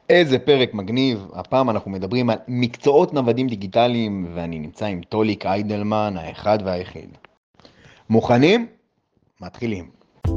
איזה פרק מגניב, הפעם אנחנו מדברים על מקצועות נוודים דיגיטליים ואני נמצא עם טוליק איידלמן, האחד והיחיד. מוכנים? מתחילים.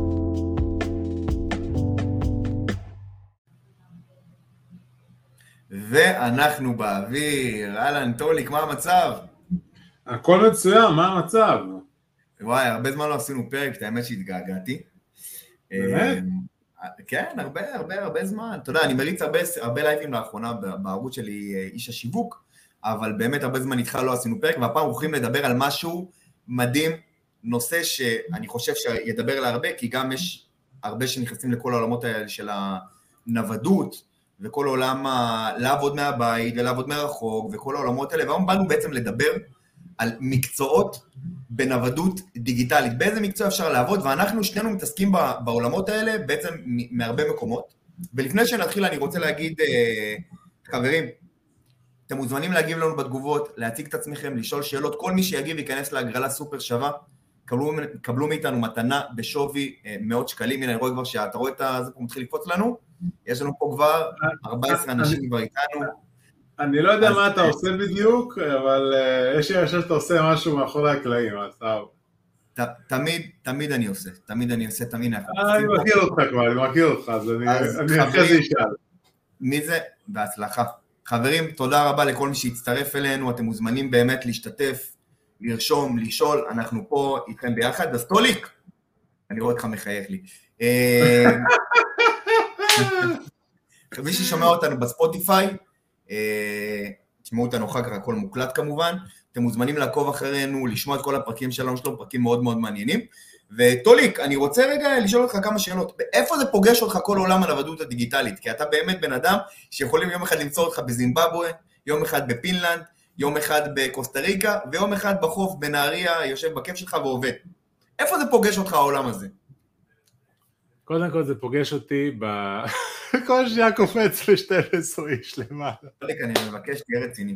ואנחנו באוויר. אהלן טוליק, מה המצב? הכל מצוין, מה המצב? וואי, הרבה זמן לא עשינו פרק, את האמת שהתגעגעתי. באמת? כן, הרבה זמן. אתה יודע, אני מריץ הרבה לייבים לאחרונה בערוץ שלי, איש השיווק, אבל באמת הרבה זמן איתך לא עשינו פרק, והפעם הולכים לדבר על משהו מדהים, נושא שאני חושב שידבר להרבה, כי גם יש הרבה שנכנסים לכל העולמות האלה של הנוודות, וכל עולם לעבוד מהבית ולעבוד מרחוק, וכל העולמות האלה, והיום באנו בעצם לדבר על מקצועות בנוודות דיגיטלית, באיזה מקצוע אפשר לעבוד, ואנחנו שנינו מתעסקים בעולמות האלה בעצם מהרבה מקומות, ולפני שנתחיל אני רוצה להגיד, חברים, אתם מוזמנים להגיב לנו בתגובות, להציג את עצמכם, לשאול שאלות, כל מי שיגיב ייכנס להגרלה סופר שווה, קבלו מאיתנו מתנה בשווי מאות שקלים, הנה אני רואה כבר שאתה רואה את זה פה מתחיל לקפוץ לנו, יש לנו פה כבר 14 אנשים כבר איתנו. אני לא יודע מה אתה עושה בדיוק, אבל יש לי חושב שאתה עושה משהו מאחורי הקלעים, אז טוב. תמיד אני עושה. אני מכיר אותך כבר, אז אני אחרי זה אשאל. מי זה? בהצלחה. חברים, תודה רבה לכל מי שהצטרף אלינו, אתם מוזמנים באמת להשתתף, לרשום, לשאול, אנחנו פה איתכם ביחד, אז טוליק, אני רואה אותך מחייך לי. מי ששומע אותנו בספוטיפיי, תשמעו אותנו אחר כך, הכל מוקלט כמובן, אתם מוזמנים לעקוב אחרינו, לשמוע את כל הפרקים שלנו, יש לנו פרקים מאוד מאוד מעניינים, וטוליק, אני רוצה רגע לשאול אותך כמה שאלות, איפה זה פוגש אותך כל עולם הנוודות הדיגיטלית? כי אתה באמת בן אדם שיכולים יום אחד למצוא אותך בזימבבואה, יום אחד בפינלנד, יום אחד בקוסטה ריקה, ויום אחד בחוף בנהריה, יושב בכיף שלך ועובד. איפה זה פוגש אותך העולם הזה? קודם כל זה פוגש אותי כל שנייה קופץ ל-12 איש למעלה. טוליק, אני מבקש, תהיה רציני.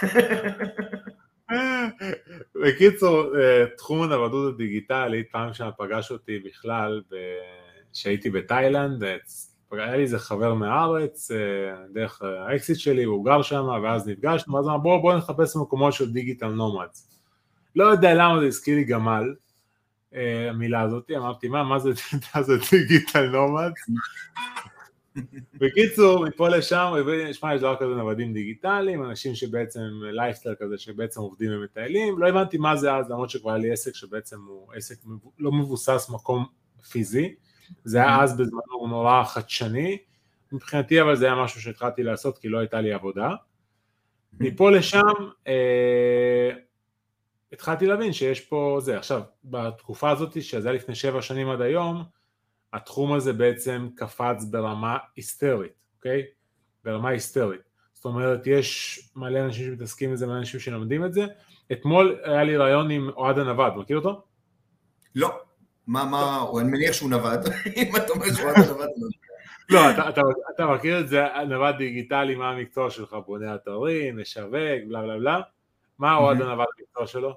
בקיצור, תחום הנוודות הדיגיטלית, פעם שם פגש אותי בכלל, שהייתי בתאילנד, היה לי איזה חבר מהארץ, דרך האקסיט שלי, הוא גר שם, ואז נפגשנו, ואז אמר, בוא נחפש מקומות של דיגיטל נומדס. לא יודע למה זה הזכיר לי גמל, המילה הזאת, אמרתי, מה זה דיגיטל נומדס? בקיצור, מפה לשם, שמע, יש דבר כזה נוודים דיגיטליים, אנשים שבעצם, לייפסטייל כזה, שבעצם עובדים ומטיילים, לא הבנתי מה זה אז, למרות שכבר היה לי עסק שבעצם הוא עסק לא מבוסס מקום פיזי, זה היה אז בזמנו נורא חדשני, מבחינתי אבל זה היה משהו שהתחלתי לעשות, כי לא הייתה לי עבודה, מפה לשם, התחלתי להבין שיש פה זה, עכשיו, בתקופה הזאת, שזה היה לפני 7 שנים עד היום, התחום הזה בעצם קפץ ברמה היסטרית, אוקיי? ברמה היסטרית. זאת אומרת, יש מלא אנשים שמתעסקים בזה, מלא אנשים שלומדים את זה. אתמול היה לי רעיון עם אוהד הנווד, מכיר אותו? לא. אני מניח שהוא נווד, אם אתה אומר שהוא אוהד הנווד. לא, אתה מכיר את זה, נווד דיגיטלי, מה המקצוע שלך? בונה אתרים, משווק, בלה בלה בלה. מה אוהד הנווד המקצוע שלו?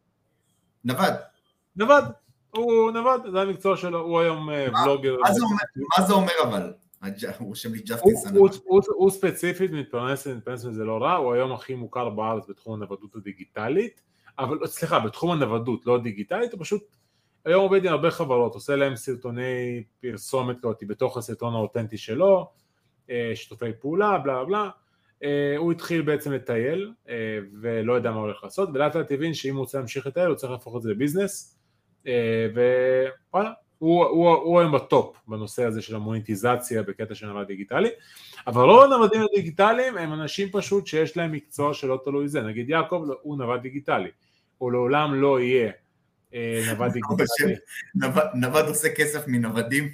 נווד. הוא נווד, זה המקצוע שלו, הוא היום ולוגר. מה זה אומר אבל? הוא שם לי ג'פטיס הנווד. הוא ספציפית מתפרנס מזה לא רע, הוא היום הכי מוכר בארץ בתחום הנוודות הדיגיטלית, אבל סליחה, בתחום הנוודות, לא דיגיטלית, הוא פשוט היום עובד עם הרבה חברות, עושה להם סרטוני פרסומת כאותי בתוך הסרטון האותנטי שלו, שיתופי פעולה, בלה בלה. הוא התחיל בעצם לטייל, ולא יודע מה הולך לעשות, ולאט לאט הבין שאם הוא רוצה להמשיך לטייל, הוא צריך להפוך את זה לביזנס, ווואלה, הוא היום בטופ בנושא הזה של המוניטיזציה בקטע של נווד דיגיטלי, אבל רוב הנוודים הדיגיטליים הם אנשים פשוט שיש להם מקצוע שלא תלוי זה, נגיד יעקב הוא נווד דיגיטלי, הוא לעולם לא יהיה נווד דיגיטלי. נווד עושה כסף מנוודים?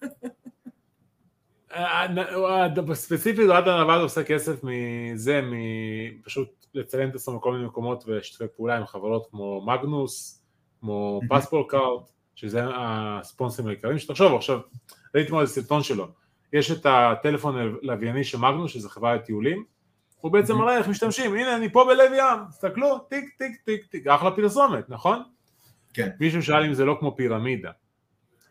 ספציפית נווד הנווד עושה כסף מזה, פשוט לצלם את עצמו בכל מיני מקומות ושתפי פעולה עם חברות כמו מגנוס, כמו פספורט קארד, שזה הספונסרים העיקריים, שתחשוב, עכשיו, ראיתי מאוד סרטון שלו, יש את הטלפון הלווייני של מגנוס, שזה חברה לטיולים, הוא בעצם מראה איך משתמשים, הנה אני פה בלב ים, תסתכלו, טיק טיק טיק טיק, אחלה פרסומת, נכון? כן. מישהו שאל אם זה לא כמו פירמידה,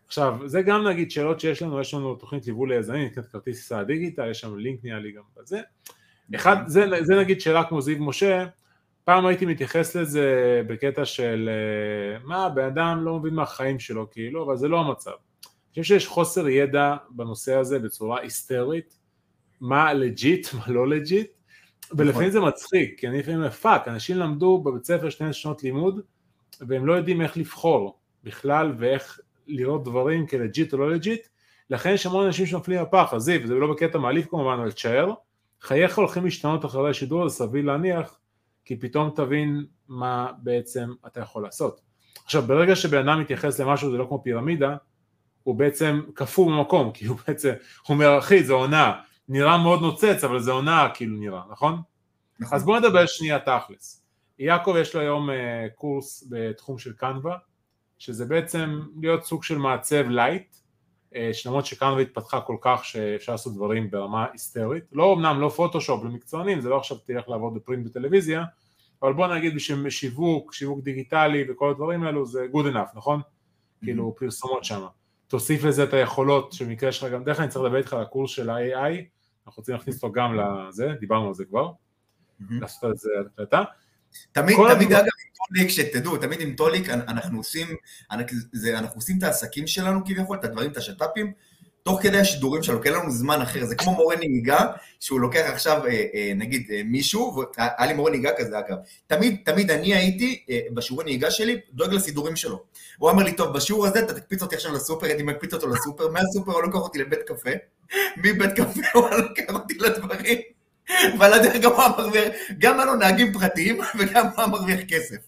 עכשיו, זה גם נגיד שאלות שיש לנו, יש לנו תוכנית ליווי ליזמים, נקראת כרטיס טיסה דיגיטל, יש שם לינק נהיה לי גם בזה. אחד, זה נגיד שאלה כמו זיו משה, פעם הייתי מתייחס לזה בקטע של מה, בן אדם לא מבין מהחיים שלו כאילו, אבל זה לא המצב. אני חושב שיש חוסר ידע בנושא הזה בצורה היסטרית, מה לג'יט, מה לא לג'יט, ולפעמים זה מצחיק, כי אני לפעמים מפק, אנשים למדו בבית ספר 2 שנות לימוד, והם לא יודעים איך לבחור בכלל, ואיך לראות דברים כלג'יט או לא לג'יט, לכן יש המון אנשים שנופלים בפח, אז זיו, זה לא בקטע מעליף כמובן, אבל תשאר, חייך הולכים להשתנות אחרי השידור, זה סביר להניח, כי פתאום תבין מה בעצם אתה יכול לעשות. עכשיו, ברגע שבן אדם מתייחס למשהו, זה לא כמו פירמידה, הוא בעצם כפור במקום, כי הוא בעצם, הוא אומר, אחי, זה עונה, נראה מאוד נוצץ, אבל זה עונה כאילו נראה, נכון? אז בואו נדבר שנייה תכלס. יעקב יש לו היום קורס בתחום של קנווה, שזה בעצם להיות סוג של מעצב לייט, שלמות שקנווה התפתחה כל כך שאפשר לעשות דברים ברמה היסטרית, לא אמנם לא פוטושופ למקצוענים, זה לא עכשיו תלך לעבוד בפרינט בטלוויזיה, אבל בוא נגיד בשביל שיווק דיגיטלי וכל הדברים האלו זה good enough, נכון? כאילו פרסומות שם. תוסיף לזה את היכולות שבמקרה שלך גם, דרך אני צריך לדבר איתך על הקורס של ה-AI, אנחנו רוצים להכניס אותו גם לזה, דיברנו על זה כבר, לעשות את זה הקלטה. תמיד אגב עם טוליק, שתדעו, תמיד עם טוליק אנחנו עושים את העסקים שלנו כביכול, את הדברים, את השטאפים, תוך כדי השידורים שלנו, כי אין לנו זמן אחר, זה כמו מורה נהיגה, שהוא לוקח עכשיו נגיד מישהו, היה לי מורה נהיגה כזה אגב, תמיד אני הייתי בשיעורי נהיגה שלי, דואג לסידורים שלו, הוא אמר לי, טוב, בשיעור הזה אתה תקפיץ אותי עכשיו לסופר, אני מקפיץ אותו לסופר, מהסופר הוא לוקח אותי לבית קפה, מבית קפה הוא לוקח אותי לדברים, ועל הדרך גם היה לו נהגים פרטיים, וגם הוא מרוויח כסף.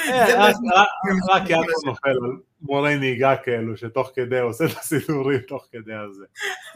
רק יעקב נופל על מורי נהיגה כאלו, שתוך כדי עושה את הסידורים תוך כדי הזה.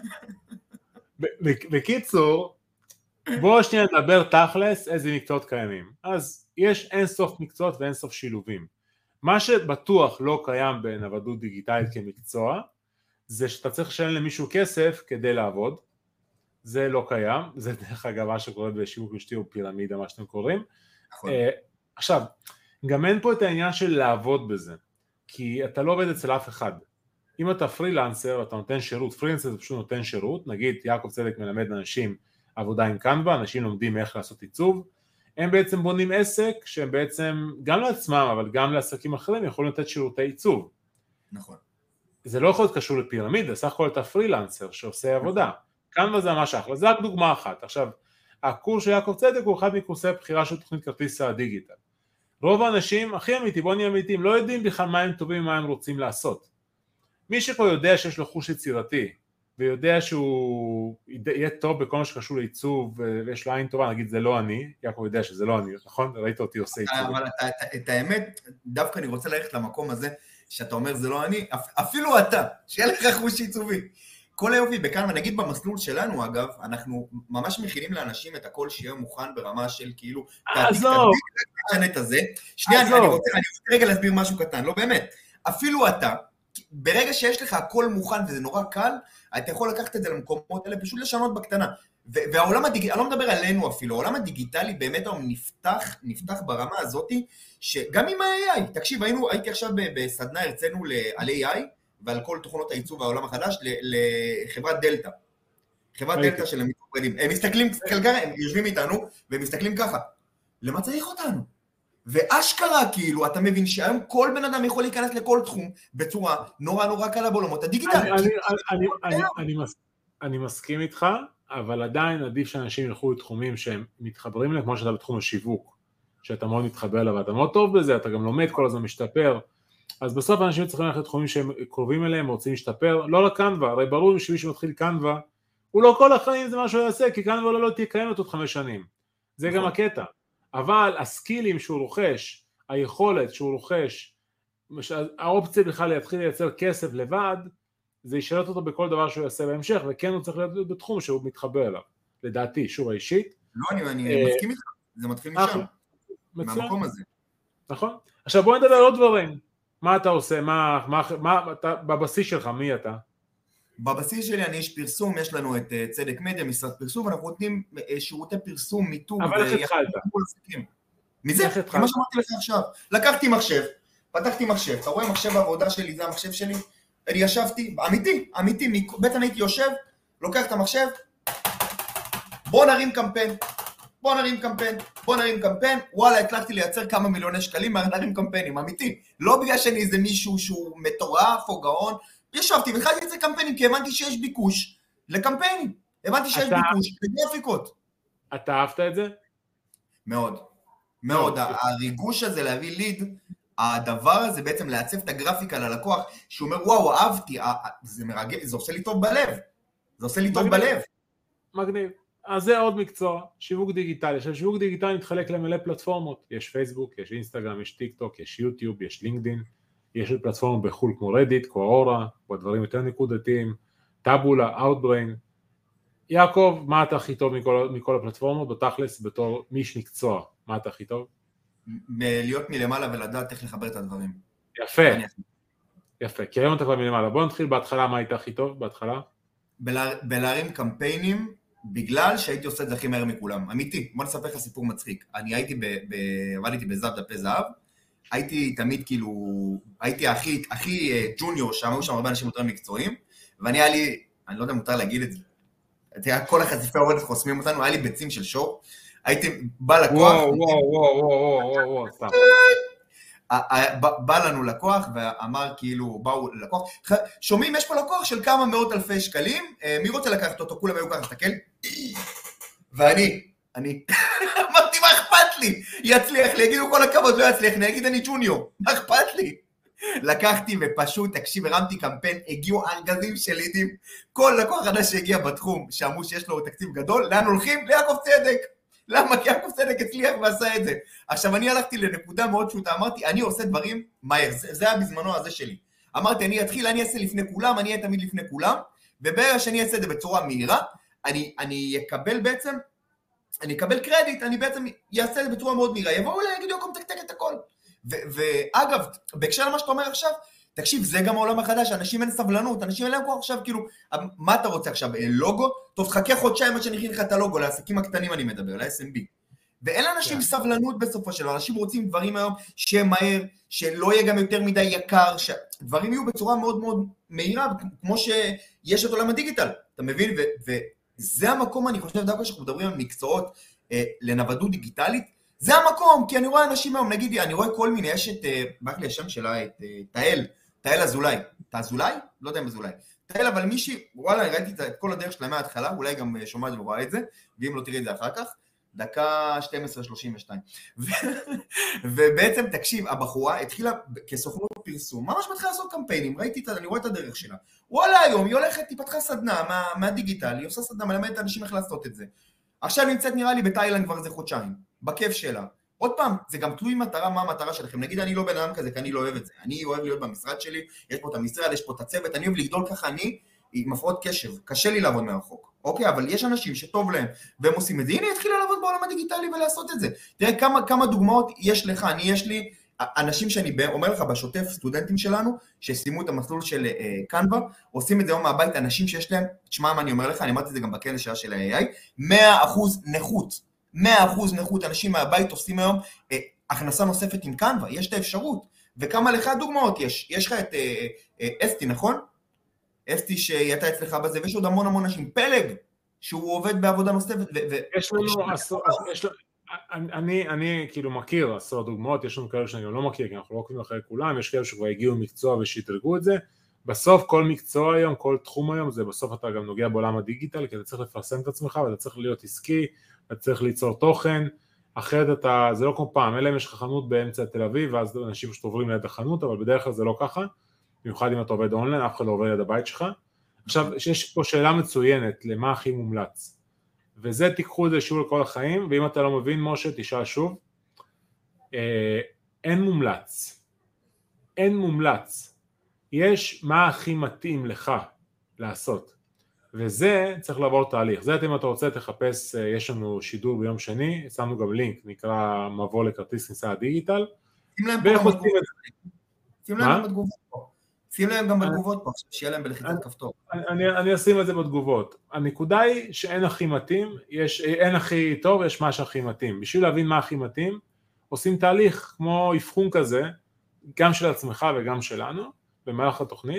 בקיצור, בואו שנייה נדבר תכלס איזה מקצועות קיימים. אז יש אינסוף מקצועות ואינסוף שילובים. מה שבטוח לא קיים בנוודות דיגיטלית כמקצוע, זה שאתה צריך לשלם למישהו כסף כדי לעבוד. זה לא קיים, זה דרך אגב מה שקורה בשיווק רשתי או פירמידה, מה שאתם קוראים. עכשיו, גם אין פה את העניין של לעבוד בזה, כי אתה לא עובד אצל אף אחד. אם אתה פרילנסר, אתה נותן שירות, פרילנסר זה פשוט נותן שירות, נגיד יעקב צדק מלמד אנשים עבודה עם קנווה, אנשים לומדים איך לעשות עיצוב, הם בעצם בונים עסק שהם בעצם גם לעצמם, אבל גם לעסקים אחרים יכולים לתת שירותי עיצוב. נכון. זה לא יכול להיות קשור לפירמידה, סך הכל אתה פרילנסר שעושה עבודה. קנווה זה ממש אחלה, זה רק דוגמה אחת. עכשיו, הקורס של יעקב צדק הוא אחד מקורסי הבחירה של תוכנית כרטיס טיסה דיגיטל. רוב האנשים, הכי אמיתי, בוא נהיה אמיתיים, לא יודעים בכלל מה הם טובים ומה הם רוצים לעשות. מי שפה יודע שיש לו חוש יצירתי, ויודע שהוא יהיה טוב בכל מה שקשור לעיצוב, ויש לו עין טובה, נגיד זה לא אני, יעקב יודע שזה לא אני, נכון? ראית אותי עושה עיצוב. אבל את האמת, דווקא אני רוצה ללכת למקום הזה, שאתה אומר זה לא אני, אפילו אתה, שיהיה לך חוש עיצובי. כל היופי בקנווה, נגיד במסלול שלנו אגב, אנחנו ממש מכינים לאנשים את הכל שיהיה מוכן ברמה של כאילו, שנייה, אני רוצה רגע להסביר משהו קטן, לא באמת, אפילו אתה, ברגע שיש לך הכל מוכן וזה נורא קל, אתה יכול לקחת את זה למקומות האלה, פשוט לשנות בקטנה, והעולם הדיגיטלי, אני לא מדבר עלינו אפילו, העולם הדיגיטלי באמת נפתח ברמה הזאת, שגם עם ה-AI, תקשיב, הייתי עכשיו בסדנה, הרצינו על AI, ועל כל תוכנות העיצוב והעולם החדש, לחברת דלטה. חברת דלטה של המתפרדים. הם מסתכלים, הם יושבים איתנו, והם מסתכלים ככה, למה צריך אותנו? ואשכרה כאילו, אתה מבין שהיום כל בן אדם יכול להיכנס לכל תחום, בצורה נורא קלה בעולמות הדיגיטל. אני מסכים איתך, אבל עדיין עדיף שאנשים ילכו לתחומים שהם מתחברים להם, כמו שאתה בתחום השיווק, שאתה מאוד מתחבר אליו, ואתה מאוד טוב בזה, אתה גם לומד כל הזמן משתפר, אז בסוף אנשים צריכים ללכת לתחומים שהם קרובים אליהם, רוצים להשתפר, לא לקנווה, הרי ברור שמי שמתחיל קנווה, הוא לא כל החיים זה מה שהוא יעשה, כי קנווה לא תהיה קיימת עוד 5 שנים, זה גם הקטע, אבל הסקילים שהוא רוכש, היכולת שהוא רוכש, האופציה בכלל להתחיל לייצר כסף לבד, זה ישרת אותו בכל דבר שהוא יעשה בהמשך, וכן הוא צריך להיות בתחום שהוא מתחבר אליו, לדעתי, שוב האישית. לא, אני מסכים איתך, זה מתחיל משם, מהמקום הזה. נכון, עכשיו בואו נדבר על עוד דברים. מה אתה עושה? אתה, בבסיס שלך, מי אתה? בבסיס שלי אני איש פרסום, יש לנו את צדק מדיה, משרד פרסום, ואנחנו נותנים שירותי פרסום, מיתוג. אבל איך התחלת? מזה, מה שאמרתי לך עכשיו. לקחתי מחשב, פתחתי מחשב, אתה רואה מחשב העבודה שלי, זה המחשב שלי, אני ישבתי, אמיתי, בעצם הייתי יושב, לוקח את המחשב, בוא נרים קמפיין, וואלה, הצלחתי לייצר כמה מיליוני שקלים, נרים קמפיינים, אמיתי. לא בגלל שאני איזה מישהו שהוא מטורף או גאון, ישבתי והתחלתי לייצר קמפיינים, כי הבנתי שיש ביקוש לקמפיינים, הבנתי שיש ביקוש לגרפיקות. אתה אהבת את זה? מאוד, מאוד. הריגוש הזה להביא ליד, הדבר הזה בעצם לעצב את הגרפיקה ללקוח, שהוא אומר, וואו, אהבתי, זה מרגש, זה עושה לי טוב בלב. מגניב. אז זה עוד מקצוע, שיווק דיגיטלי. עכשיו, שיווק דיגיטלי מתחלק למלא פלטפורמות. יש פייסבוק, יש אינסטגרם, יש טיק טוק, יש יוטיוב, יש לינקדין, יש פלטפורמות בחול כמו רדיט, כמו אורה, בדברים יותר נקודתיים, טאבולה, אאוטבריין. יעקב, מה אתה הכי טוב מכל הפלטפורמות? בתכלס, בתור איש מקצוע, מה אתה הכי טוב? להיות מלמעלה ולדעת איך לחבר את הדברים. יפה, כי היום אתה כבר מלמעלה. בוא נתחיל בהתחלה, מה היית הכי טוב בהתחלה? בלהרים קמפיינים, בגלל שהייתי עושה את זה הכי מהר מכולם. אמיתי, בוא נספר לך סיפור מצחיק. אני עבדתי בזהב דפי זהב, הייתי תמיד כאילו, הייתי הכי ג'וניור שם, היו שם הרבה אנשים יותר מקצועיים, ואני היה לי, אני לא יודע אם מותר להגיד את זה, כל החשיפי העובדת חוסמים אותנו, היה לי ביצים של שור, הייתי בא לקוח, וואו, סתם. בא לנו לקוח ואמר כאילו, באו לקוח, שומעים, יש פה לקוח של כמה מאות אלפי שקלים, מי רוצה לקחת אותו? כולם היו ככה, תסתכל, ואני אמרתי, מה אכפת לי? יצליח לי, יגידו כל הכבוד, לא יצליח, אני אגיד אני ג'וניור, מה אכפת לי? לקחתי ופשוט, תקשיב, הרמתי קמפיין, הגיעו ארגזים של לידים, כל לקוח חדש שהגיע בתחום, שאמרו שיש לו תקציב גדול, לאן הולכים? ליעקב צדק. למה? כי יעקב צדק הצליח ועשה את זה. עכשיו, אני הלכתי לנקודה מאוד פשוטה, אמרתי, אני עושה דברים מהר, זה היה בזמנו הזה שלי. אמרתי, אני אעשה לפני כולם, אני אהיה תמיד לפני כולם, וברגע שאני אעשה את זה בצורה מהירה, אני אקבל קרדיט, אני בעצם אעשה את זה בצורה מאוד מהירה, יבואו אליי, יגידו, יעקב תקתק את הכל. ואגב, בהקשר למה שאתה אומר עכשיו, תקשיב, זה גם העולם החדש, אנשים אין סבלנות, אנשים אין להם כבר עכשיו, כאילו, מה אתה רוצה עכשיו, לוגו? טוב, חכה חודשיים עד שנכין לך את הלוגו, לעסקים הקטנים אני מדבר, ל-SMB. ואין לאנשים סבלנות בסופו של דבר, אנשים רוצים דברים היום שיהיה מהר, שלא יהיה גם יותר מדי יקר, שדברים יהיו בצורה מאוד מאוד מהירה, כמו שיש את עולם הדיגיטל, אתה מבין? וזה המקום, אני חושב, דווקא שאנחנו מדברים על מקצועות לנוודות דיגיטלית, זה המקום, כי אני רואה אנשים היום, נגיד, אני רואה כל מיני, יש את, בק לי השם שלה, את תהל אזולאי, אזולאי? לא יודע אם אזולאי. תהל, אבל מישהי, וואלה, אני ראיתי את כל הדרך שלה מההתחלה, אולי גם שומעת ורואה את זה, ואם לא תראי את זה אחר כך, דקה 12:32. ובעצם, תקשיב, הבחורה התחילה כסוכנות פרסום, ממש מתחילה לעשות קמפיינים, אני רואה את הדרך שלה. וואלה, היום היא הולכת, היא פתחה סדנה מהדיגיטל, היא עושה סדנה, מלמדת אנשים איך לעשות את זה. עכשיו נמצאת נראה לי בתאילנד כבר איזה חודשיים, בכיף שלה. עוד פעם, זה גם תלוי מטרה, מה המטרה שלכם. נגיד, אני לא בן אדם כזה, כי אני לא אוהב את זה. אני אוהב להיות במשרד שלי, יש פה את המשרד, יש פה את הצוות, אני אוהב לגדול ככה, אני עם הפרעות קשב, קשה לי לעבוד מרחוק. אוקיי, אבל יש אנשים שטוב להם, והם עושים את זה. הנה, התחילה לעבוד בעולם הדיגיטלי ולעשות את זה. תראה כמה דוגמאות יש לך, יש לי אנשים שאני אומר לך בשוטף, סטודנטים שלנו, שסיימו את המסלול של קנבה, עושים את זה היום מהבית, אנשים שיש להם, תשמע מה אני אומר לך, אני אמרתי את זה גם בכנס שלה של ה-AI, 100% נכות, 100% נכות, אנשים מהבית עושים היום הכנסה נוספת עם קנבה, יש את האפשרות, וכמה לך דוגמאות יש לך את אסתי, נכון? אסתי שהייתה אצלך בזה, ויש עוד המון אנשים, פלג, שהוא עובד בעבודה נוספת, יש לנו, אני כאילו מכיר עשרות דוגמאות, יש לנו כאלה שאני גם לא מכיר, כי אנחנו לא עוקבים אחרי כולם, יש כאלה שכבר הגיעו מקצוע ושיתרגו את זה, בסוף כל מקצוע היום, כל תחום היום, זה בסוף אתה גם נוגע בעולם הדיגיטל, כי אתה צריך לפרסם את עצמך, ואתה צריך להיות עסקי, אתה צריך ליצור תוכן, אחרת זה לא כמו פעם, אלא אם יש לך חנות באמצע תל אביב, ואז אנשים שתוברים ליד החנות, אבל בדרך כלל זה לא ככה, במיוחד אם אתה עובד אונליין, אף אחד לא עובד ליד הבית שלך. עכשיו, יש פה שאלה מצוינת, למה הכי מומלץ? וזה תיקחו את זה שוב לכל החיים, ואם אתה לא מבין, משה, תשאל שוב. אין מומלץ. אין מומלץ. יש מה הכי מתאים לך לעשות. וזה צריך לעבור תהליך. זה אם אתה רוצה תחפש, יש לנו שידור ביום שני, שמנו גם לינק, נקרא מבוא לכרטיס כניסה הדיגיטל. שים להם גם בתגובות פה, שיהיה להם בלחיצת כפתור. אני אשים את זה בתגובות. הנקודה היא שאין הכי מתאים, אין הכי טוב, יש מה שהכי מתאים. בשביל להבין מה הכי מתאים, עושים תהליך כמו אבחון כזה, גם של עצמך וגם שלנו, במהלך התוכנית,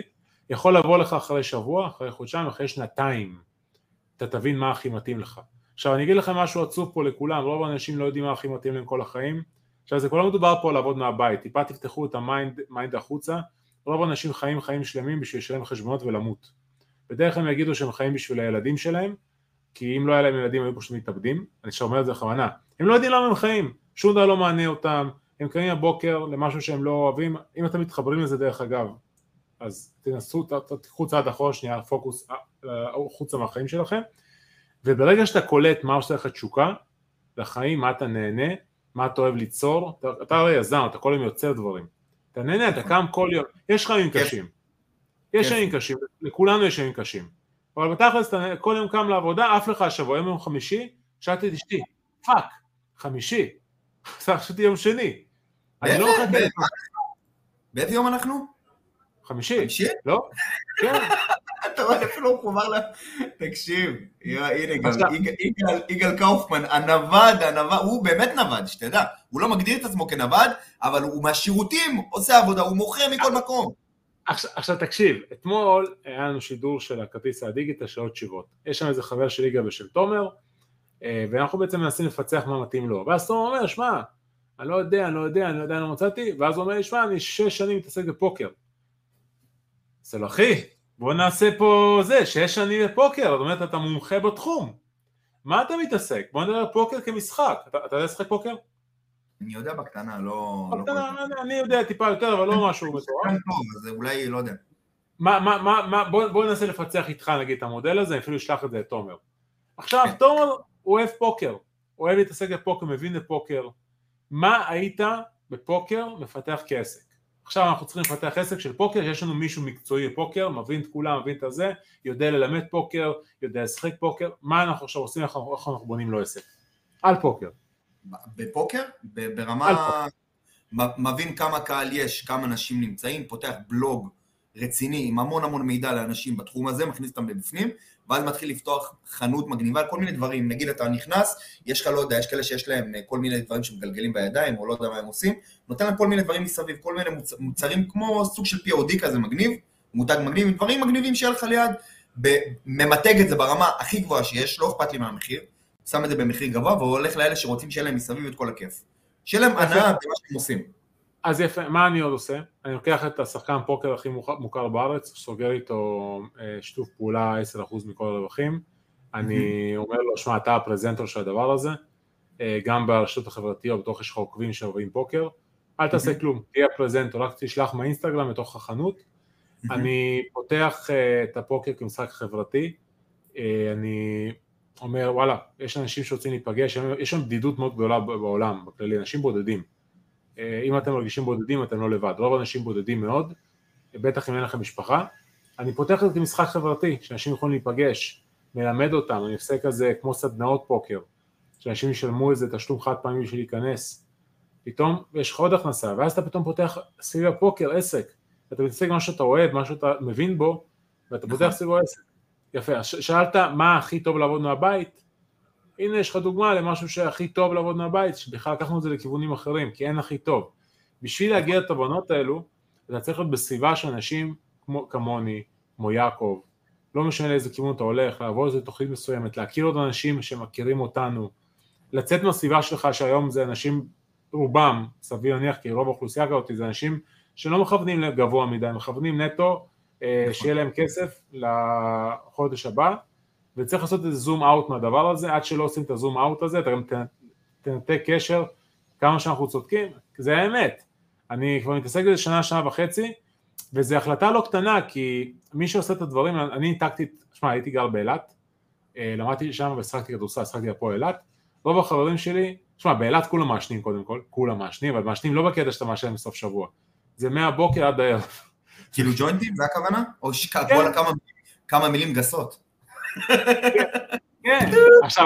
יכול לבוא לך אחרי שבוע, אחרי חודשיים, אחרי שנתיים, אתה תבין מה הכי מתאים לך. עכשיו אני אגיד לכם משהו עצוב פה לכולם, רוב האנשים לא יודעים מה הכי מתאים להם כל החיים, עכשיו זה כל מדובר פה לעבוד מהבית, טיפה תפתחו את המיינד החוצה, רוב האנשים חיים שלמים בשביל לשלם חשבונות ולמות, בדרך כלל הם יגידו שהם חיים בשביל הילדים שלהם, כי אם לא היה להם ילדים היו פשוט מתאבדים, אני אומר את זה בכוונה, הם לא יודעים למה הם חיים, שום דבר לא מענה אותם, הם קמים הבוקר למשהו שהם לא אוהבים, אם אתם מתחברים לזה דרך אגב, אז תנסו, תיקחו צעד אחורה, שנייה, פוקוס חוצה מהחיים שלכם, וברגע שאתה קולט מה עושה לך תשוקה לחיים, מה אתה נהנה, מה אתה אוהב ליצור, אתה הרי יזם, אתה כל יום יוצר דברים, אתה נהנה, אתה קם כל יום, יש חיים קשים, יש ימים קשים, לכולנו יש ימים קשים, אבל בתכלס אתה כל יום קם לעבודה, אף לך השבוע, יום חמישי, שאלתי את אשתי, פאק, חמישי, חשבתי יום שני, אני לא מחכה לך. באיזה יום אנחנו? חמישי? לא? כן. אתה רואה, אפילו חובר לה, תקשיב, הנה גם, יגאל קאופמן, הנווד, הוא באמת נווד, שתדע, הוא לא מגדיר את עצמו כנווד, אבל הוא מהשירותים עושה עבודה, הוא מוכר מכל מקום. עכשיו תקשיב, אתמול היה לנו שידור של הכרטיס הדיגיטל של עוד שיבות, יש שם איזה חבר של יגאל ושל תומר, ואנחנו בעצם מנסים לפצח מה מתאים לו, ואז תומר אומר, שמע, אני לא יודע, לא מצאתי, ואז הוא אומר לי, שמע, אני 6 שנים מתעסק בפוקר. זה לא אחי, בוא נעשה פה זה, 6 שנים בפוקר, זאת אומרת, אתה מומחה בתחום. מה אתה מתעסק? בוא נדבר פוקר כמשחק. אתה יודע לשחק פוקר? אני יודע בקטנה, לא... אני יודע טיפה יותר, אבל לא משהו מטורף. אז אולי, לא יודע. בוא ננסה לפצח איתך, נגיד, את המודל הזה, אני אפילו אשלח את זה לתומר. עכשיו, תומר הוא אוהב פוקר, הוא אוהב להתעסק בפוקר, מבין בפוקר. מה היית בפוקר מפתח כעסק? עכשיו אנחנו צריכים לפתח עסק של פוקר, יש לנו מישהו מקצועי בפוקר, מבין את כולם, מבין את הזה, יודע ללמד פוקר, יודע לשחק פוקר, מה אנחנו עכשיו עושים, איך אנחנו בונים לו עסק? על פוקר. בפוקר? ברמה... מבין כמה קהל יש, כמה אנשים נמצאים, פותח בלוג רציני עם המון מידע לאנשים בתחום הזה, מכניס אותם לבפנים, ואז מתחיל לפתוח חנות מגניבה, כל מיני דברים, נגיד אתה נכנס, יש לך לא יודע, יש כאלה שיש להם כל מיני דברים שמגלגלים בידיים, או לא יודע מה הם עושים, נותן להם כל מיני דברים מסביב, כל מיני מוצרים כמו סוג של POD כזה מגניב, מותג מגניב, דברים מגניבים שיהיה לך ליד, ממתג את זה ברמה הכי גבוהה שיש, לא אכפת לי מהמחיר, שם את זה במחיר גבוה, והולך לאלה שרוצים שיהיה להם מסביב את כל הכיף. שיהיה להם הנאה במה שהם עושים. אז יפה, מה אני עוד עושה? אני לוקח את השחקן פוקר הכי מוכר בארץ, סוגר איתו שיתוף פעולה 10% מכל הרווחים, אני אומר לו, שמע, אתה הפרזנטור של הדבר הזה, גם ברשתות החברתיות, בתוך יש לך עוקבים שעוברים פוקר, אל תעשה כלום, תהיה הפרזנטור, רק תשלח מהאינסטגרם לתוך החנות, אני פותח את הפוקר כמשחק חברתי, אני אומר, וואלה, יש אנשים שרוצים להיפגש, יש שם בדידות מאוד גדולה בעולם, בכללי, אנשים בודדים, אם אתם מרגישים בודדים, אתם לא לבד, רוב האנשים בודדים מאוד, בטח אם אין לכם משפחה, אני פותח את זה כמשחק חברתי, שאנשים יכולים להיפגש, מלמד אותם, אני עושה כזה כמו סדנאות פוקר, שאנשים ישלמו איזה תשלום חד פעמי בשביל להיכנס, פתאום יש לך עוד הכנסה, ואז אתה פתאום פותח סביב הפוקר עסק, אתה מתעסק מה שאתה אוהב, מה שאתה מבין בו, ואתה פותח סביב עסק. יפה, שאלת מה הכי טוב לעבוד מהבית, הנה יש לך דוגמה למשהו שהכי טוב לעבוד מהבית, שבכלל לקחנו את זה לכיוונים אחרים, כי אין הכי טוב. בשביל להגיע לתובנות האלו, אתה צריך להיות בסביבה של אנשים כמוני, כמו יעקב, לא משנה לאיזה כיוון אתה הולך, לעבור איזו תוכנית מסוימת, להכיר עוד אנשים שמכירים אותנו, לצאת מהסביבה שלך שהיום זה אנשים רובם, סביר להניח, כי רוב האוכלוסייה כזאת זה אנשים שלא מכוונים לגבוה מדי, מכוונים נטו, שיהיה להם כסף לחודש הבא, וצריך לעשות איזה זום אאוט מהדבר הזה, עד שלא עושים את הזום אאוט הזה, אתה גם תנתק קשר, כמה שאנחנו צודקים, זה האמת, אני כבר מתעסק בזה שנה וחצי, וזו החלטה לא קטנה, כי מי שעושה את הדברים, אני ניתקתי, שמע, הייתי גר באילת, למדתי שם ושחקתי כדורסל, שחקתי פה אילת, רוב החברים שלי, שמע, באילת כולם מעשנים קודם כל, כולם מעשנים, אבל מעשנים לא בקטע שאתה מעשן בסוף שבוע, זה מהבוקר עד הערב. כאילו ג'וינטים, זה הכוונה? או כמה מילים גסות? כן, עכשיו,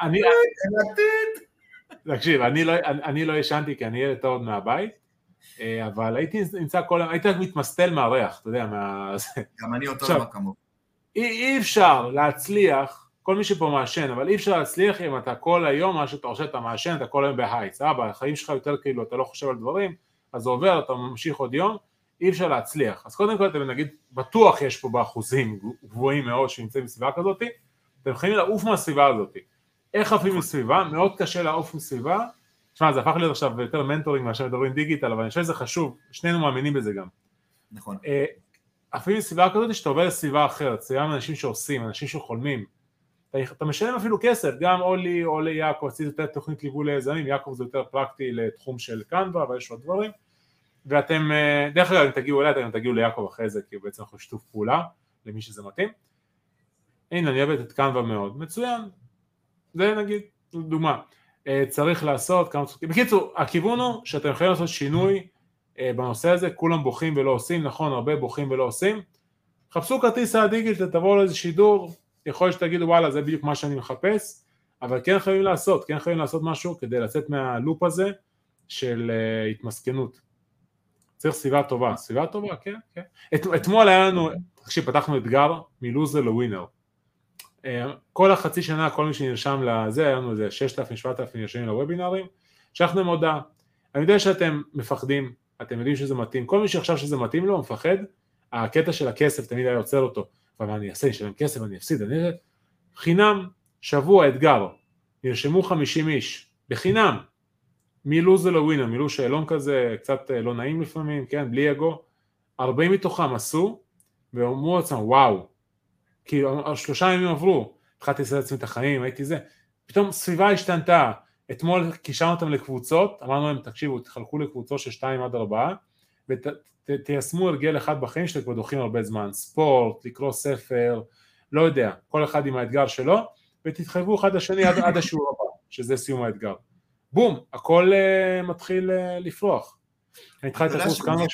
תקשיב, אני לא ישנתי כי אני ילד טוב מהבית, אבל הייתי נמצא הייתי מתמסטל מהריח, אתה יודע, גם אני אותו דבר כמוך. אי אפשר להצליח, כל מי שפה מעשן, אבל אי אפשר להצליח אם אתה כל היום, מה שאתה עושה, אתה מעשן, אתה כל היום בהייץ, החיים שלך יותר כאילו, אתה לא חושב על דברים, אז זה עובר, אתה ממשיך עוד יום, אי אפשר להצליח. אז קודם כל אתם נגיד, בטוח יש פה באחוזים גבוהים מאוד שנמצאים בסביבה כזאת, אתם יכולים לעוף מהסביבה הזאת. איך עפים מסביבה? מאוד קשה לעוף מסביבה. תשמע, זה הפך להיות עכשיו יותר מנטורינג מאשר מדברים דיגיטל, אבל אני חושב שזה חשוב, שנינו מאמינים בזה גם. נכון. עפים מסביבה כזאת שאתה עובר לסביבה אחרת, סביבה עם אנשים שעושים, אנשים שחולמים. אתה משלם אפילו כסף, גם אולי או ליעקב, עשיתי יותר תוכנית ליווי ליזמים, יעקב זה יותר פרקטי לתחום של קנבה, אבל יש עוד דברים. ואתם, דרך אגב, אם תגיעו אליי, אתם תגיעו ליעקב אחרי זה, כי הוא בעצם אנחנו שיתוף פעולה, למי שזה מתאים. הנה, אני אוהבת את קנבה מאוד, מצוין. זה נגיד, דוגמה. צריך לעשות כמה צודקים. בקיצור, הכיוון הוא שאתם יכולים לעשות שינוי בנושא הזה, כולם בוכים ולא עושים, נכון, הרבה בוכים ולא עושים. חפשו כרטיס הדיגיטל, תבואו לאיזה שידור, יכול להיות שתגידו, וואלה, זה בדיוק מה שאני מחפש, אבל כן חייבים לעשות משהו כדי לצאת מהלופ הזה של התמסכנות. צריך סביבה טובה, כן, כן. אתמול היה לנו, כשפתחנו אתגר, מלוזר לווינר. כל החצי שנה, כל מי שנרשם לזה, היה לנו איזה 6,000-7,000 נרשמים לוובינרים, שלחנו מודעה. אני יודע שאתם מפחדים, אתם יודעים שזה מתאים, כל מי שחשב שזה מתאים לו, מפחד, הקטע של הכסף תמיד היה יוצר אותו, אבל אני אעשה, נשלם כסף, אני אפסיד, חינם, שבוע, אתגר, נרשמו 50 איש, בחינם, מלוזר לווינר, מילאו שאלון כזה, קצת לא נעים לפעמים, כן, בלי אגו, 40 מתוכם עשו, ואומרו לעצמם, וואו, כי 3 ימים עברו, התחלתי לעשות לעצמי את החיים, הייתי זה, פתאום סביבה השתנתה, אתמול קישרנו אותם לקבוצות, אמרנו להם, תקשיבו, תחלקו לקבוצות של 2-4, ותיישמו הרגל אחד בחיים שאתם כבר דוחים הרבה זמן, ספורט, לקרוא ספר, לא יודע, כל אחד עם האתגר שלו, ותתחייבו אחד לשני עד השיעור הבא, שזה סיום האתגר. בום, הכל מתחיל לפרוח. אני התחלתי את הקורס כמה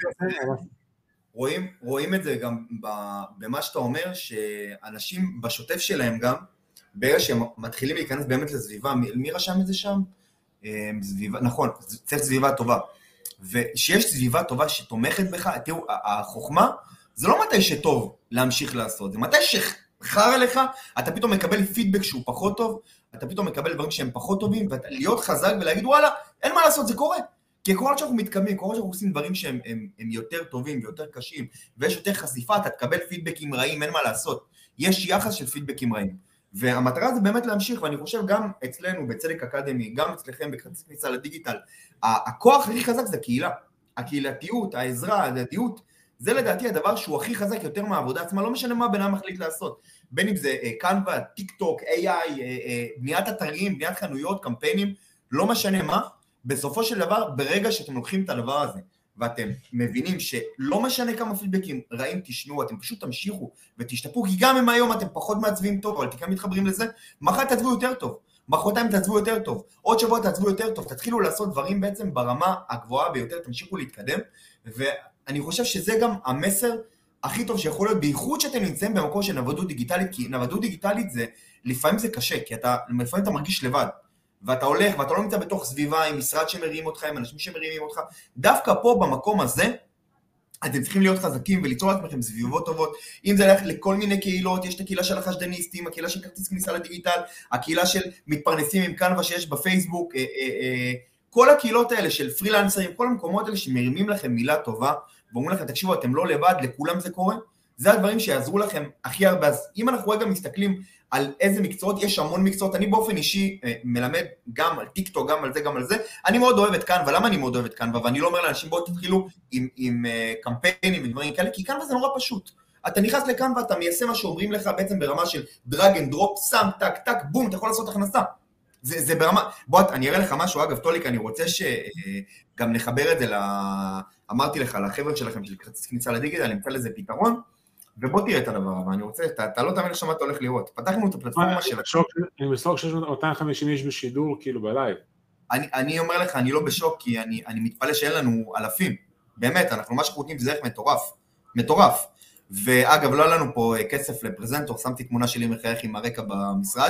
רואים את זה גם במה שאתה אומר, שאנשים בשוטף שלהם גם, ברגע שהם מתחילים להיכנס באמת לסביבה, מי רשם את זה שם? סביבה, נכון, צריך סביבה טובה. ושיש סביבה טובה שתומכת בך, תראו, החוכמה זה לא מתי שטוב להמשיך לעשות, זה מתי שחר לך, אתה פתאום מקבל פידבק שהוא פחות טוב, אתה פתאום מקבל דברים שהם פחות טובים, ולהיות חזק ולהגיד וואלה, אין מה לעשות, זה קורה. כי כל עוד שאנחנו מתקדמים, כל עוד שאנחנו עושים דברים שהם יותר טובים ויותר קשים, ויש יותר חשיפה, אתה תקבל פידבקים רעים, אין מה לעשות. יש יחס של פידבקים רעים. והמטרה זה באמת להמשיך, ואני חושב גם אצלנו בצדק אקדמי, גם אצלכם בכרטיס כניסה לדיגיטל, הכוח הכי חזק זה קהילה. הקהילתיות, העזרה, הדדיות, זה לדעתי הדבר שהוא הכי חזק יותר מהעבודה עצמה, לא משנה מה בן אדם מחליט לעשות. בין אם זה קנבה, טיק טוק, AI, בניית אתרים, בניית חנויות, קמפיינים, לא משנה מה, בסופו של דבר, ברגע שאתם לוקחים את הדבר הזה, ואתם מבינים שלא משנה כמה פידבקים רעים תשמעו, אתם פשוט תמשיכו ותשתפרו, כי גם אם היום אתם פחות מעצבים טוב, אבל אתם מתחברים לזה, מחר תעצבו יותר טוב, מחרתיים תעצבו יותר טוב, עוד שבוע תעצבו יותר טוב, תתחילו לעשות דברים בעצם ברמה הגבוהה ביותר, תמשיכו להתקדם, ואני חושב שזה גם המסר הכי טוב שיכול להיות, בייחוד שאתם נמצאים במקום של נוודות דיגיטלית, כי נוודות דיגיטלית זה, לפעמים זה קשה, כי לפעמים אתה מרגיש לבד, ואתה הולך, ואתה לא נמצא בתוך סביבה עם משרד שמרים אותך, עם אנשים שמרימים אותך, דווקא פה במקום הזה, אתם צריכים להיות חזקים וליצור לעצמכם סביבות טובות, אם זה ללכת לכל מיני קהילות, יש את הקהילה של החשדניסטים, הקהילה של כרטיס כניסה לדיגיטל, הקהילה של מתפרנסים עם קנבה שיש בפייסבוק, כל הקהילות האלה של פרילנסרים, כל המקומות האלה שמרימים לכם מילה טובה, ואומרים לכם, תקשיבו, אתם לא לבד, לכולם זה קורה, זה הדברים שיעזרו לכם הכי הרבה. אז אם אנחנו רגע מסתכלים על איזה מקצועות, יש המון מקצועות, אני באופן אישי מלמד גם על טיקטוק, גם על זה, גם על זה, אני מאוד אוהב את קנבה, למה אני מאוד אוהב את קנבה? ואני לא אומר לאנשים, בואו תתחילו עם קמפיינים ודברים כאלה, כי קנבה זה נורא פשוט. אתה נכנס לקנבה, אתה מיישם מה שאומרים לך בעצם ברמה של דרג אנד דרופ, שם, טק, טק, בום, אתה יכול לעשות הכנסה. זה ברמה, בוא, אני אראה לך משהו, אגב, טוליק, אני רוצה שגם נחבר את זה, אמרתי לך, לחבר'ה שלכם של כרטיס כניסה לדיגיטל, נמצא לזה פתרון, ובוא תראה את הדבר, אבל אני רוצה, אתה לא תאמין לשם מה אתה הולך לראות. פתחנו את הפלטפורמה של... אני בשוק 250 איש בשידור, כאילו בלייב. אני אומר לך, אני לא בשוק, כי אני מתפלא שאין לנו אלפים. באמת, אנחנו מה שאנחנו נותנים זה איך מטורף. מטורף. ואגב, לא היה לנו פה כסף לפרזנטור, שמתי תמונה שלי מחייך עם הרקע במשרד.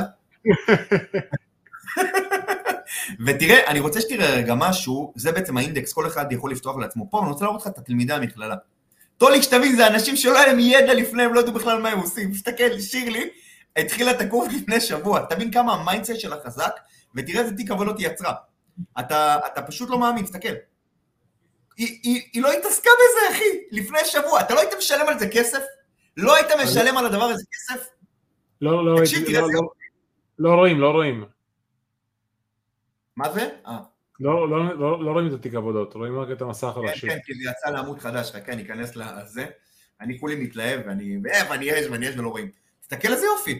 ותראה, אני רוצה שתראה רגע משהו, זה בעצם האינדקס, כל אחד יכול לפתוח לעצמו פה, אני רוצה לראות לך את התלמידי המכללה. טוליק, שתבין, זה אנשים שלא היה להם ידע לפני, הם לא יודעו בכלל מה הם עושים. תסתכל, שירלי, התחילה את הקורס לפני שבוע, תבין כמה המיינדסט שלה חזק, ותראה איזה תיק עבודות היא יצרה. אתה פשוט לא מאמין, תסתכל. היא לא התעסקה בזה, אחי, לפני שבוע. אתה לא היית משלם על זה כסף? לא היית משלם על הדבר הזה כסף? לא רואים. מה זה? לא רואים את התיק עבודות, רואים רק את המסך הראשי. כן, כי זה יצא לעמוד חדש, כן, ניכנס לזה. אני כולי מתלהב, ואני יש ולא רואים. תסתכל על זה יופי.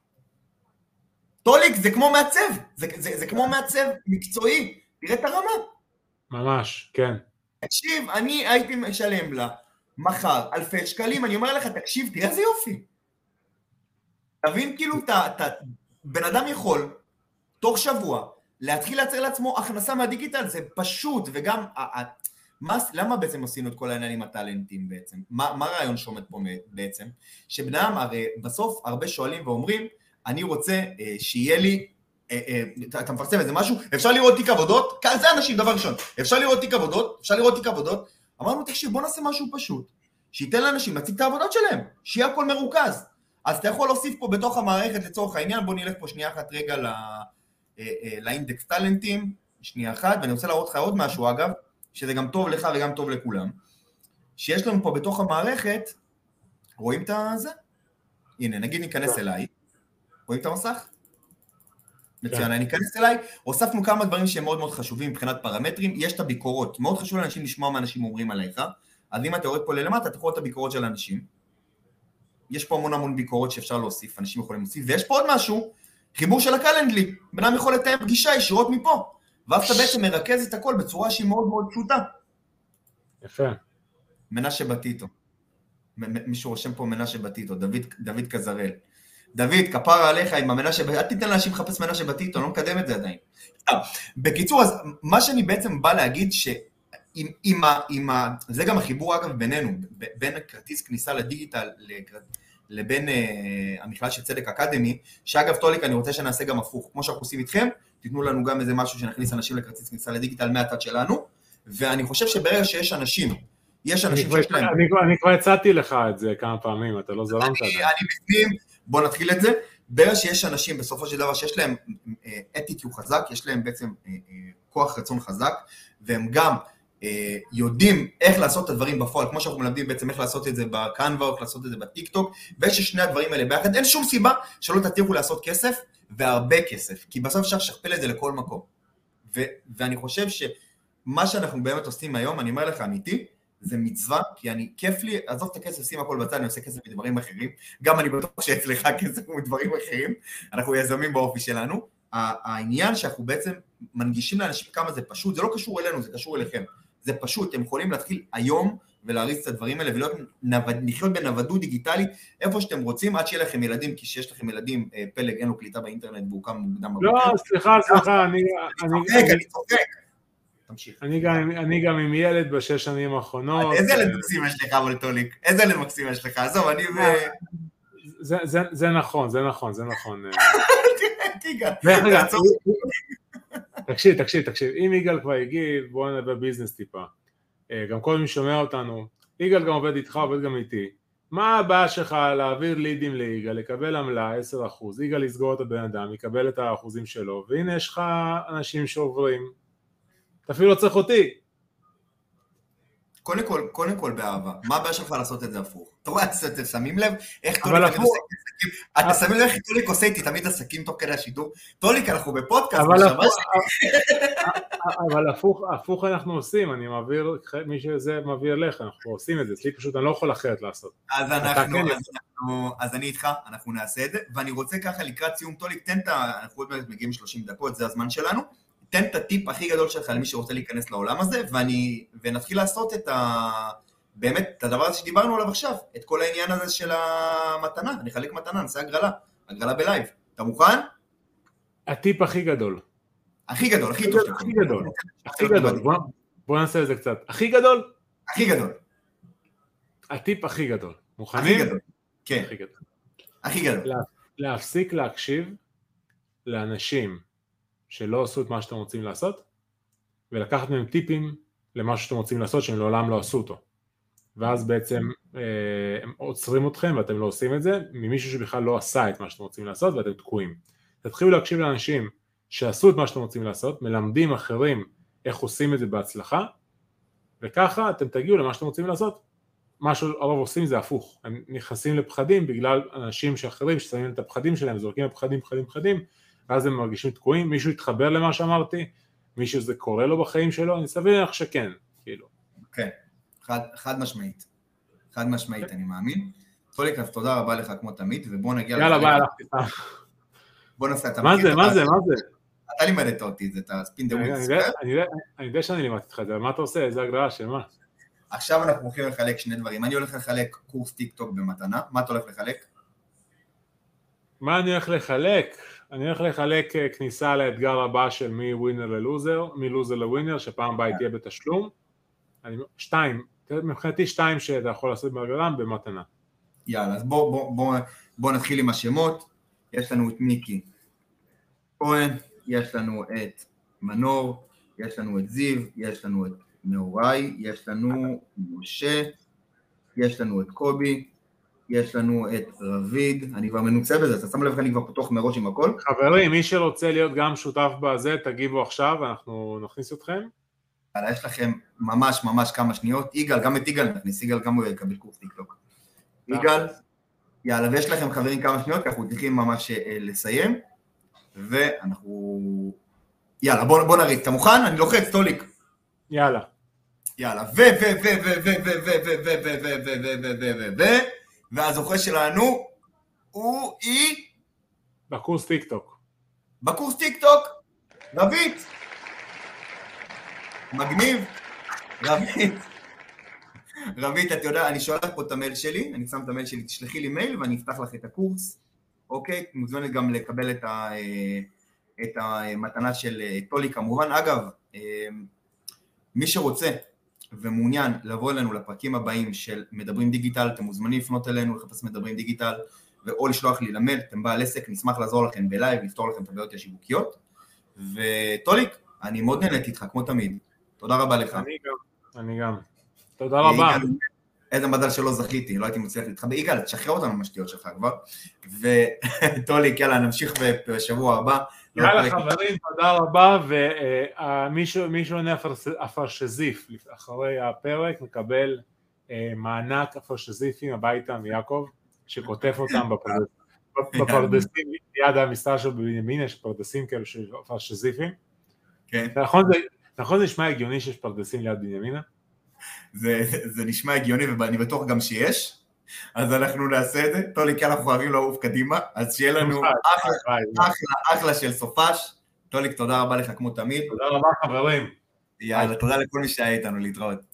טוליק זה כמו מעצב, זה כמו מעצב מקצועי, תראה את הרמה. ממש, כן. תקשיב, אני הייתי משלם לה מחר אלפי שקלים, אני אומר לך, תקשיב, תראה איזה יופי. תבין כאילו, בן אדם יכול, תוך שבוע, להתחיל לייצר לעצמו הכנסה מהדיגיטל, זה פשוט, וגם, למה בעצם עשינו את כל העניין עם הטלנטים בעצם? מה הרעיון שעומד פה בעצם? שבנם, הרי בסוף הרבה שואלים ואומרים, אני רוצה שיהיה לי, אתה מפרסם איזה משהו, אפשר לראות תיק עבודות? זה אנשים, דבר ראשון, אפשר לראות תיק עבודות, אמרנו, תקשיב, בוא נעשה משהו פשוט, שייתן לאנשים להציג את העבודות שלהם, שיהיה הכל מרוכז, אז אתה יכול להוסיף פה בתוך המערכת לצורך העניין, בוא נלך פה שנייה אחת רגע לאינדקס טלנטים, שנייה אחת, ואני רוצה להראות לך עוד משהו אגב, שזה גם טוב לך וגם טוב לכולם, שיש לנו פה בתוך המערכת, רואים את זה? הנה, נגיד ניכנס אליי, רואים את המסך? מצוין, אני אכנס אליי, הוספנו כמה דברים שהם מאוד מאוד חשובים מבחינת פרמטרים, יש את הביקורות, מאוד חשוב לאנשים לשמוע מה אנשים אומרים עליך, אז אם אתה יורד פה ללמטה, אתה יכול את הביקורות של האנשים, יש פה המון ביקורות שאפשר להוסיף, אנשים יכולים להוסיף, ויש פה עוד משהו, חיבור של הקלנדלי, בנם יכול לתאם פגישה ישירות מפה, ואז אתה בעצם מרכז את הכל בצורה שהיא מאוד מאוד פשוטה. יפה. מנשה בטיטו, מישהו רושם פה מנשה בטיטו, דוד קזרל. דוד, כפרה עליך עם המנשה בטיטו, אל תיתן לאנשים לחפש מנשה בטיטו, לא מקדם את זה עדיין. בקיצור, אז מה שאני בעצם בא להגיד, זה גם החיבור אגב בינינו, בין כרטיס כניסה לדיגיטל לבין המכלל של צדק אקדמי, שאגב טוליק אני רוצה שנעשה גם הפוך, כמו שאנחנו עושים איתכם, תיתנו לנו גם איזה משהו שנכניס אנשים לכרטיס כניסה לדיגיטל מהצד שלנו, ואני חושב שברגע שיש אנשים שיש להם... אני כבר הצעתי לך את זה כמה פעמים, אתה לא זרמת עדיין. אני בפנים, בוא נתחיל את זה, ברגע שיש אנשים בסופו של דבר שיש להם אתיטיוד חזק, יש להם בעצם כוח רצון חזק, והם גם יודעים איך לעשות את הדברים בפועל, כמו שאנחנו מלמדים בעצם איך לעשות את זה בקנווה, איך לעשות את זה בטיק טוק, וששני הדברים האלה ביחד, אין שום סיבה שלא תצליחו לעשות כסף, והרבה כסף, כי בסוף אפשר לשכפל את זה לכל מקום. ואני חושב שמה שאנחנו באמת עושים היום, אני אומר לך אמיתי, זה מצווה, כי אני, כיף לי, עזוב את הכסף, שים הכל בצד, אני עושה כסף מדברים אחרים, גם אני בטוח שאצלך כסף מדברים אחרים, אנחנו יזמים באופי שלנו, העניין שאנחנו בעצם מנגישים לאנשים כמה זה פשוט, זה לא קשור אלינו, זה קשור אליכם, זה פשוט, הם יכולים להתחיל היום ולהריץ את הדברים האלה, ולחיות בנוודות דיגיטלית, איפה שאתם רוצים, עד שיהיה לכם ילדים, כי שיש לכם ילדים, פלג אין לו קליטה באינטרנט, והוא קם מוקדם. לא, סליחה, אני צוחק. תמשיך. אני גם עם ילד בשש שנים האחרונות. איזה ילד מקסים יש לך, אבל טוליק? איזה ילד מקסים יש לך? עזוב, אני... זה נכון. תקשיב, אם יגאל כבר הגיב, בואו נדבר ביזנס טיפה. גם כל מי שומע אותנו, יגאל גם עובד איתך, עובד גם איתי. מה הבעיה שלך להעביר לידים ליגאל, לקבל עמלה 10%, יגאל לסגור את הבן אדם, יקבל את האחוזים שלו, והנה יש לך אנשים שעוברים, אתה אפילו לא צריך אותי. קודם כל באהבה, מה הבעיה שלך לעשות את זה הפוך? אתה רואה, אתם שמים לב איך טוליק תמיד עושה עסקים, אתה שמים לב איך טוליק עושה איתי תמיד עסקים תוך כדי השידור, טוליק אנחנו בפודקאסט, אבל הפוך אנחנו עושים, אני מעביר, מי שזה מעביר לך, אנחנו עושים את זה, אצלי פשוט אני לא יכול אחרת לעשות. אז אני איתך, אנחנו נעשה את זה, ואני רוצה ככה לקראת סיום טוליק, תן את, אנחנו עוד מעט מגיעים 30 דקות, זה הזמן שלנו, תן את הטיפ הכי גדול שלך למי שרוצה להיכנס לעולם הזה, ונתחיל לעשות באמת, את הדבר הזה שדיברנו עליו עכשיו, את כל העניין הזה של המתנה, אני חלק מתנה, נעשה הגרלה בלייב. אתה מוכן? הטיפ הכי גדול. הכי גדול, הכי טוב. הכי גדול. בוא נעשה את זה קצת. הכי גדול? הכי גדול. הטיפ הכי גדול. מוכנים? הכי גדול. כן. הכי גדול. להפסיק להקשיב לאנשים שלא עשו את מה שאתם רוצים לעשות, ולקחת מהם טיפים למשהו שאתם רוצים לעשות, שהם לעולם לא עשו אותו. ואז בעצם הם עוצרים אתכם, ואתם לא עושים את זה, ממישהו שבכלל לא עשה את מה שאתם רוצים לעשות, ואתם תקועים. תתחילו להקשיב לאנשים שעשו את מה שאתם רוצים לעשות, מלמדים אחרים איך עושים את זה בהצלחה, וככה אתם תגיעו למה שאתם רוצים לעשות. מה שהרוב עושים זה הפוך, הם נכנסים לפחדים בגלל אנשים שאחרים ששמים את הפחדים שלהם, זורקים לפחדים, ואז הם מרגישים תקועים. מישהו יתחבר למה שאמרתי, מישהו זה קורה לו בחיים שלו, אני סביר לך שכן, כאילו. כן, חד משמעית, אני מאמין. טוליק, אז תודה רבה לך כמו תמיד, ובוא נגיע... יאללה, ביי, הלכתי. בוא נעשה את המקרה. מה זה? אתה לימדת אותי, זה את הספין דה וויז. אני יודע שאני לימדתי אותך את זה, מה אתה עושה? איזה הגדרה של מה? עכשיו אנחנו הולכים לחלק שני דברים. אני הולך לחלק קורס טיק טוק במתנה. מה אתה הולך לחלק? מה אני הולך לחלק? אני הולך לחלק כניסה לאתגר הבא של מווינר ללוזר, מלוזר לווינר, שפעם הבאה תהיה בתשלום. 2, מבחינתי 2 שאתה יכול לעשות בהגרם במתנה. יאללה, אז בוא נתחיל עם השמות. יש לנו את מיקי כהן, יש לנו את מנור, יש לנו את זיו, יש לנו את נאורי, יש לנו משה, יש לנו את קובי, יש לנו את רביד, אני כבר מנוצא בזה, אתה שם לב איך אני כבר פתוח מראש עם הכל? חברים, מי שרוצה להיות גם שותף בזה, תגיבו עכשיו, אנחנו נכניס אתכם. יש לכם ממש כמה שניות, יגאל, גם את יגאל נכניס, יגאל גם הוא יקבל קורס טיק טוק. יגאל, יאללה, ויש לכם חברים כמה שניות, כי אנחנו צריכים ממש לסיים, ואנחנו... יאללה, בוא נריץ, אתה מוכן? אני לוחץ, טוליק. יאללה. יאללה, והזוכה שלנו הוא בקורס טיק טוק. בקורס טיק טוק, רבית. מגניב, רבית, אתה יודע, אני שואל פה את המייל שלי, אני שם את המייל שלי, תשלחי לי מייל ואני אפתח לך את הקורס, אוקיי? מוזמנת גם לקבל את המתנה של טולי כמובן. אגב, מי שרוצה ומעוניין לבוא אלינו לפרקים הבאים של מדברים דיגיטל, אתם מוזמנים לפנות אלינו, לחפש מדברים דיגיטל, או לשלוח לי למייל, אתם בעל עסק, נשמח לעזור לכם בלייב, לפתור לכם את הבעיות השיווקיות, וטוליק, אני מאוד נהניתי איתך, כמו תמיד. תודה רבה לך. אני גם. תודה רבה. איזה מזל שלא זכיתי, לא הייתי מצליח להתחבר. יגאל, תשחרר אותנו מהשטויות שלך כבר. וטוליק, יאללה, נמשיך בשבוע הבא. יאללה חברים, תודה רבה, ומישהו עונה אפרשזיף אחרי הפרק, מקבל מענק אפרשזיפים הביתה מיעקב, שכותב אותם בפרדסים, ליד המשרד שלו בבנימין, יש פרדסים כאלו של אפרשזיפים. נכון זה נשמע הגיוני שיש פרדסים ליד בנימינה? זה נשמע הגיוני, ואני בטוח גם שיש, אז אנחנו נעשה את זה. טוליק, אנחנו חייבים לעוף קדימה, אז שיהיה לנו אחלה של סופש. טוליק, תודה רבה לך כמו תמיד. תודה רבה חברים. יאללה, תודה לכל מי שהיה איתנו, להתראות.